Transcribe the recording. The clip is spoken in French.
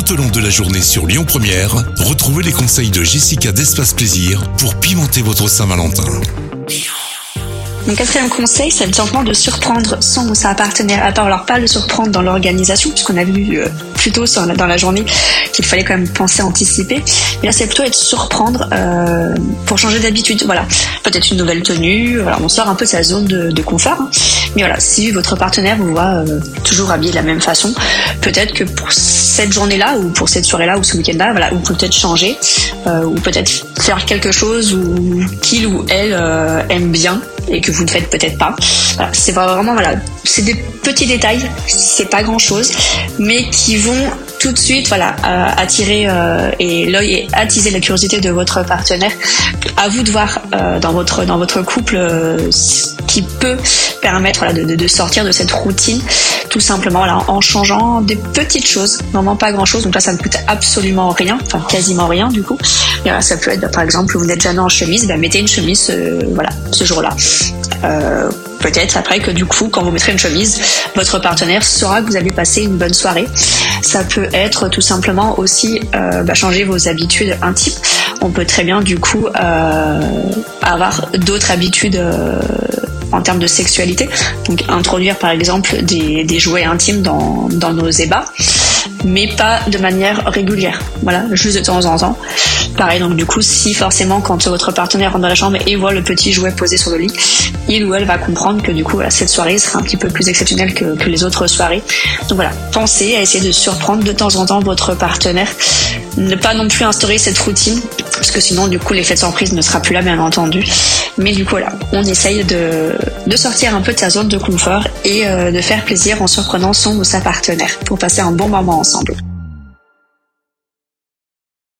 Tout au long de la journée sur Lyon Première, retrouvez les conseils de Jessica d'Espace Plaisir pour pimenter votre Saint-Valentin. Mon quatrième conseil, c'est tout simplement de surprendre son ou sa partenaire. Alors pas le surprendre dans l'organisation, puisqu'on a vu plus tôt dans la journée qu'il fallait quand même penser à anticiper. Mais là, c'est plutôt être surprendre pour changer d'habitude. Voilà, peut-être une nouvelle tenue. Voilà, on sort un peu de sa zone de confort. Hein. Mais voilà, si votre partenaire vous voit toujours habillé de la même façon, peut-être que pour cette journée-là ou pour cette soirée-là ou ce week-end-là, voilà, vous pouvez peut-être changer ou peut-être faire quelque chose qu'il ou elle aime bien et que vous ne faites peut-être pas. Voilà, c'est vraiment c'est des petits détails, c'est pas grand-chose, mais qui vont tout de suite attirer et l'œil et attiser la curiosité de votre partenaire. À vous de voir dans votre couple ce qui peut permettre de sortir de cette routine, tout simplement en changeant des petites choses, vraiment pas grand-chose. Donc là, ça ne coûte absolument rien, enfin quasiment rien du coup. Et voilà, ça peut être par exemple, vous n'êtes jamais en chemise, mettez une chemise ce jour-là. Peut-être après que du coup, quand vous mettrez une chemise, votre partenaire saura que vous avez passé une bonne soirée. Ça peut être tout simplement aussi changer vos habitudes intimes. On peut très bien du coup avoir d'autres habitudes en termes de sexualité. Donc introduire par exemple des jouets intimes dans nos ébats, mais pas de manière régulière. Voilà, juste de temps en temps. Pareil, donc du coup, si forcément quand votre partenaire rentre dans la chambre et voit le petit jouet posé sur le lit, il ou elle va comprendre que du coup cette soirée sera un petit peu plus exceptionnelle que les autres soirées. Donc voilà, pensez à essayer de surprendre de temps en temps votre partenaire. Ne pas non plus instaurer cette routine, parce que sinon du coup l'effet de surprise ne sera plus là, bien entendu. Mais du coup voilà, on essaye de sortir un peu de sa zone de confort et de faire plaisir en surprenant son ou sa partenaire pour passer un bon moment ensemble.